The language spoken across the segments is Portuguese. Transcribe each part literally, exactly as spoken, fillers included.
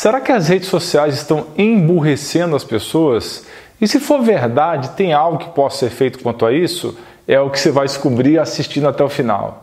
Será que as redes sociais estão emburrecendo as pessoas? E se for verdade, tem algo que possa ser feito quanto a isso? É o que você vai descobrir assistindo até o final.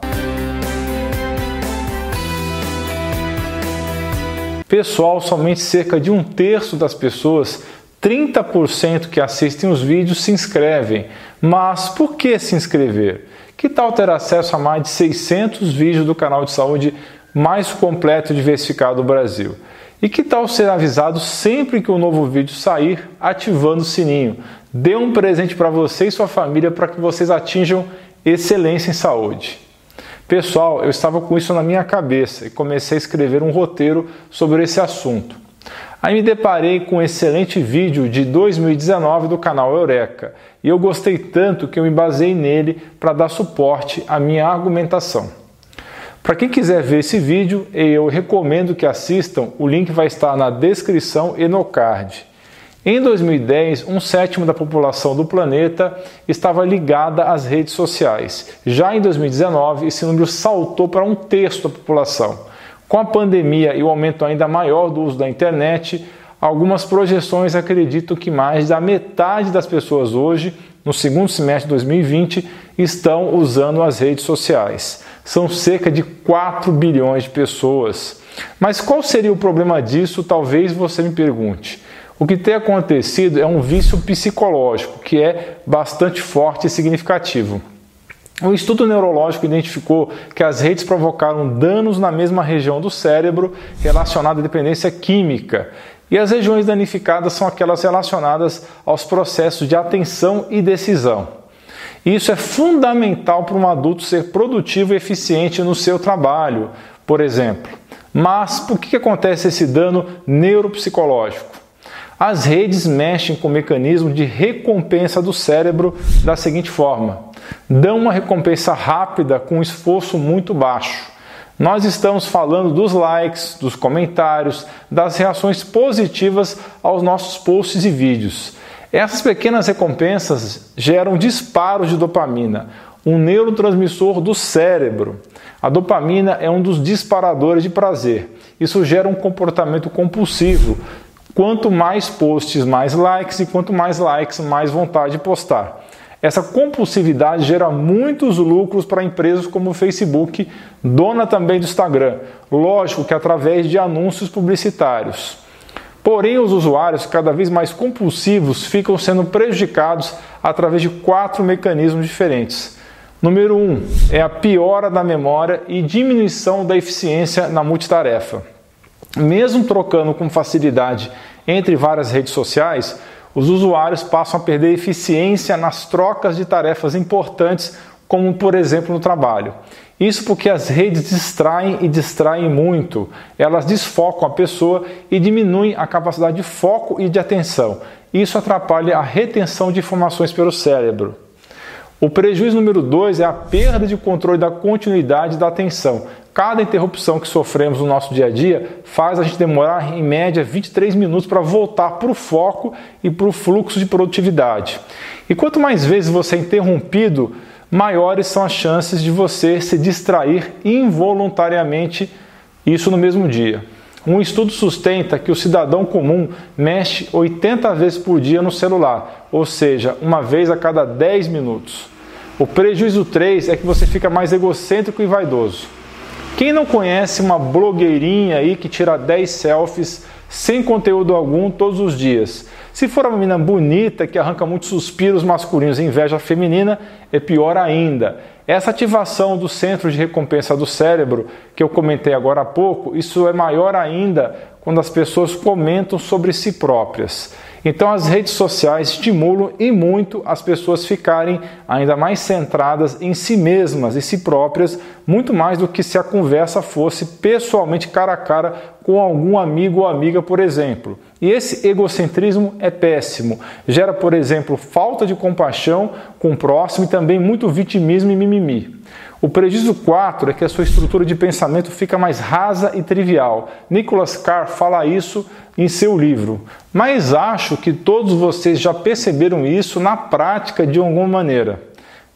Pessoal, somente cerca de um terço das pessoas, trinta por cento que assistem os vídeos, se inscrevem. Mas por que se inscrever? Que tal ter acesso a mais de seiscentos vídeos do canal de saúde mais completo e diversificado do Brasil? E que tal ser avisado sempre que um novo vídeo sair, ativando o sininho? Dê um presente para você e sua família para que vocês atinjam excelência em saúde. Pessoal, eu estava com isso na minha cabeça e comecei a escrever um roteiro sobre esse assunto. Aí me deparei com um excelente vídeo de dois mil e dezenove do canal Eureka e eu gostei tanto que eu me baseei nele para dar suporte à minha argumentação. Para quem quiser ver esse vídeo, eu recomendo que assistam, o link vai estar na descrição e no card. Em dois mil e dez, um sétimo da população do planeta estava ligada às redes sociais. Já em dois mil e dezenove, esse número saltou para um terço da população. Com a pandemia e o aumento ainda maior do uso da internet, algumas projeções acreditam que mais da metade das pessoas hoje, no segundo semestre de dois mil e vinte, estão usando as redes sociais. São cerca de quatro bilhões de pessoas. Mas qual seria o problema disso? Talvez você me pergunte. O que tem acontecido é um vício psicológico, que é bastante forte e significativo. Um estudo neurológico identificou que as redes provocaram danos na mesma região do cérebro relacionada à dependência química. E as regiões danificadas são aquelas relacionadas aos processos de atenção e decisão. Isso é fundamental para um adulto ser produtivo e eficiente no seu trabalho, por exemplo. Mas por que acontece esse dano neuropsicológico? As redes mexem com o mecanismo de recompensa do cérebro da seguinte forma: dão uma recompensa rápida com um esforço muito baixo. Nós estamos falando dos likes, dos comentários, das reações positivas aos nossos posts e vídeos. Essas pequenas recompensas geram disparos de dopamina, um neurotransmissor do cérebro. A dopamina é um dos disparadores de prazer. Isso gera um comportamento compulsivo. Quanto mais posts, mais likes, e quanto mais likes, mais vontade de postar. Essa compulsividade gera muitos lucros para empresas como o Facebook, dona também do Instagram. Lógico que através de anúncios publicitários. Porém, os usuários cada vez mais compulsivos ficam sendo prejudicados através de quatro mecanismos diferentes. Número um é a piora da memória e diminuição da eficiência na multitarefa. Mesmo trocando com facilidade entre várias redes sociais, os usuários passam a perder eficiência nas trocas de tarefas importantes, como por exemplo no trabalho. Isso porque as redes distraem e distraem muito. Elas desfocam a pessoa e diminuem a capacidade de foco e de atenção. Isso atrapalha a retenção de informações pelo cérebro. O prejuízo número dois é a perda de controle da continuidade da atenção. Cada interrupção que sofremos no nosso dia a dia faz a gente demorar em média vinte e três minutos para voltar para o foco e para o fluxo de produtividade. E quanto mais vezes você é interrompido, maiores são as chances de você se distrair involuntariamente, isso no mesmo dia. Um estudo sustenta que o cidadão comum mexe oitenta vezes por dia no celular, ou seja, uma vez a cada dez minutos. O prejuízo três é que você fica mais egocêntrico e vaidoso. Quem não conhece uma blogueirinha aí que tira dez selfies sem conteúdo algum todos os dias? Se for uma menina bonita que arranca muitos suspiros masculinos e inveja feminina, é pior ainda. Essa ativação do centro de recompensa do cérebro, que eu comentei agora há pouco, isso é maior ainda quando as pessoas comentam sobre si próprias. Então as redes sociais estimulam e muito as pessoas ficarem ainda mais centradas em si mesmas e si próprias, muito mais do que se a conversa fosse pessoalmente cara a cara com algum amigo ou amiga, por exemplo. E esse egocentrismo é péssimo. Gera, por exemplo, falta de compaixão com o próximo e também muito vitimismo e mimimi. O prejuízo quatro é que a sua estrutura de pensamento fica mais rasa e trivial. Nicholas Carr fala isso em seu livro. Mas acho que todos vocês já perceberam isso na prática de alguma maneira.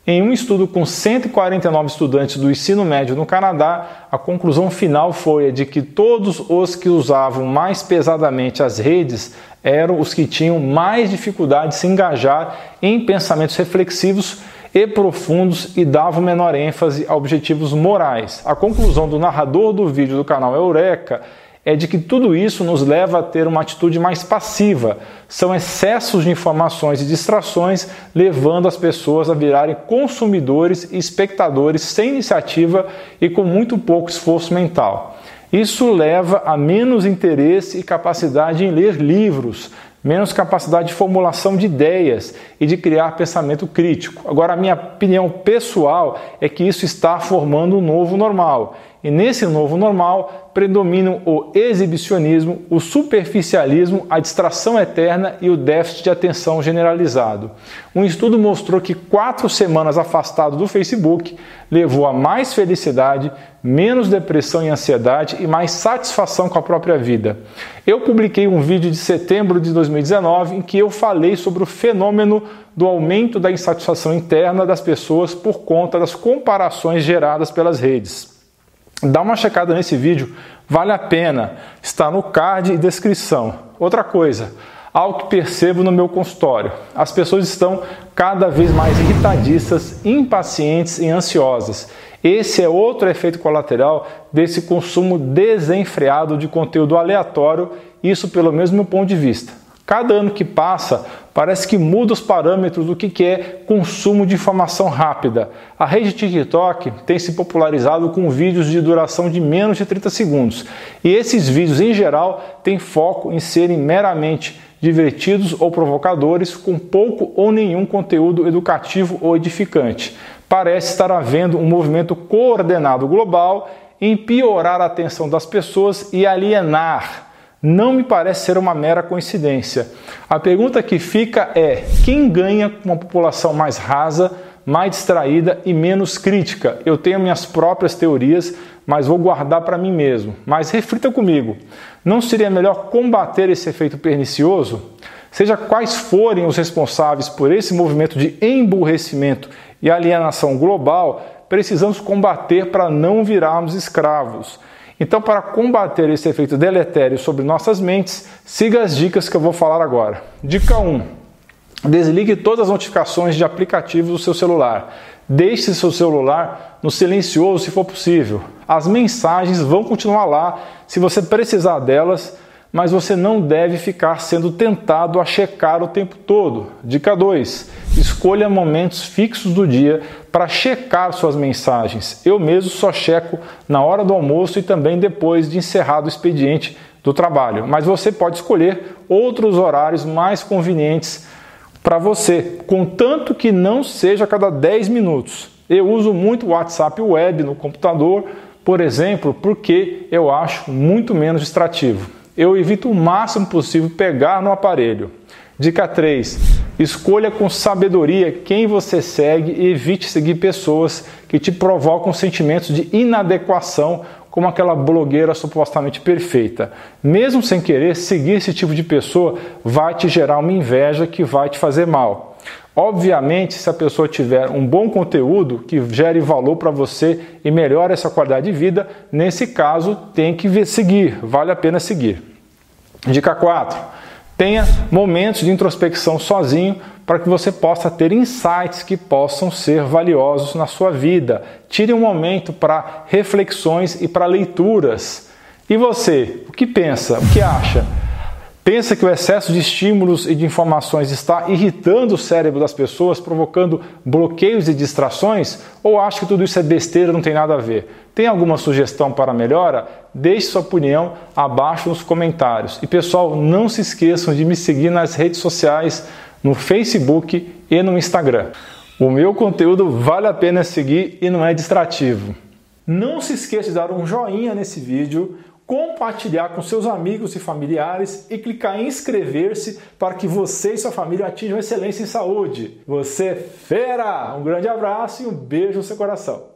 Em um estudo com cento e quarenta e nove estudantes do ensino médio no Canadá, a conclusão final foi a de que todos os que usavam mais pesadamente as redes eram os que tinham mais dificuldade de se engajar em pensamentos reflexivos e profundos e davam menor ênfase a objetivos morais. A conclusão do narrador do vídeo do canal Eureka é de que tudo isso nos leva a ter uma atitude mais passiva. São excessos de informações e distrações levando as pessoas a virarem consumidores e espectadores sem iniciativa e com muito pouco esforço mental. Isso leva a menos interesse e capacidade em ler livros, menos capacidade de formulação de ideias e de criar pensamento crítico. Agora, a minha opinião pessoal é que isso está formando um novo normal. E nesse novo normal predominam o exibicionismo, o superficialismo, a distração eterna e o déficit de atenção generalizado. Um estudo mostrou que quatro semanas afastado do Facebook levou a mais felicidade, menos depressão e ansiedade e mais satisfação com a própria vida. Eu publiquei um vídeo de setembro de dois mil e dezenove em que eu falei sobre o fenômeno do aumento da insatisfação interna das pessoas por conta das comparações geradas pelas redes. Dá uma checada nesse vídeo, vale a pena, está no card e descrição. Outra coisa, algo que percebo no meu consultório, as pessoas estão cada vez mais irritadiças, impacientes e ansiosas. Esse é outro efeito colateral desse consumo desenfreado de conteúdo aleatório, isso pelo mesmo ponto de vista. Cada ano que passa, parece que muda os parâmetros do que é consumo de informação rápida. A rede TikTok tem se popularizado com vídeos de duração de menos de trinta segundos. E esses vídeos, em geral, têm foco em serem meramente divertidos ou provocadores, com pouco ou nenhum conteúdo educativo ou edificante. Parece estar havendo um movimento coordenado global em piorar a atenção das pessoas e alienar. Não me parece ser uma mera coincidência. A pergunta que fica é: quem ganha com uma população mais rasa, mais distraída e menos crítica? Eu tenho minhas próprias teorias, mas vou guardar para mim mesmo. Mas reflita comigo, não seria melhor combater esse efeito pernicioso? Seja quais forem os responsáveis por esse movimento de emburrecimento e alienação global, precisamos combater para não virarmos escravos. Então, para combater esse efeito deletério sobre nossas mentes, siga as dicas que eu vou falar agora. Dica um. Desligue todas as notificações de aplicativos do seu celular. Deixe seu celular no silencioso se for possível. As mensagens vão continuar lá se você precisar delas, mas você não deve ficar sendo tentado a checar o tempo todo. Dica dois. Escolha momentos fixos do dia para checar suas mensagens. Eu mesmo só checo na hora do almoço e também depois de encerrado o expediente do trabalho. Mas você pode escolher outros horários mais convenientes para você, contanto que não seja a cada dez minutos. Eu uso muito o WhatsApp Web no computador, por exemplo, porque eu acho muito menos distrativo. Eu evito o máximo possível pegar no aparelho. Dica três. Escolha com sabedoria quem você segue e evite seguir pessoas que te provocam sentimentos de inadequação, como aquela blogueira supostamente perfeita. Mesmo sem querer, seguir esse tipo de pessoa vai te gerar uma inveja que vai te fazer mal. Obviamente, se a pessoa tiver um bom conteúdo que gere valor para você e melhore essa qualidade de vida, nesse caso tem que seguir, vale a pena seguir. Dica quatro. Tenha momentos de introspecção sozinho para que você possa ter insights que possam ser valiosos na sua vida. Tire um momento para reflexões e para leituras. E você, o que pensa? O que acha? Pensa que o excesso de estímulos e de informações está irritando o cérebro das pessoas, provocando bloqueios e distrações? Ou acha que tudo isso é besteira, não tem nada a ver? Tem alguma sugestão para melhora? Deixe sua opinião abaixo nos comentários. E pessoal, não se esqueçam de me seguir nas redes sociais, no Facebook e no Instagram. O meu conteúdo vale a pena seguir e não é distrativo. Não se esqueça de dar um joinha nesse vídeo, compartilhar com seus amigos e familiares e clicar em inscrever-se para que você e sua família atinjam excelência em saúde. Você é fera! Um grande abraço e um beijo no seu coração.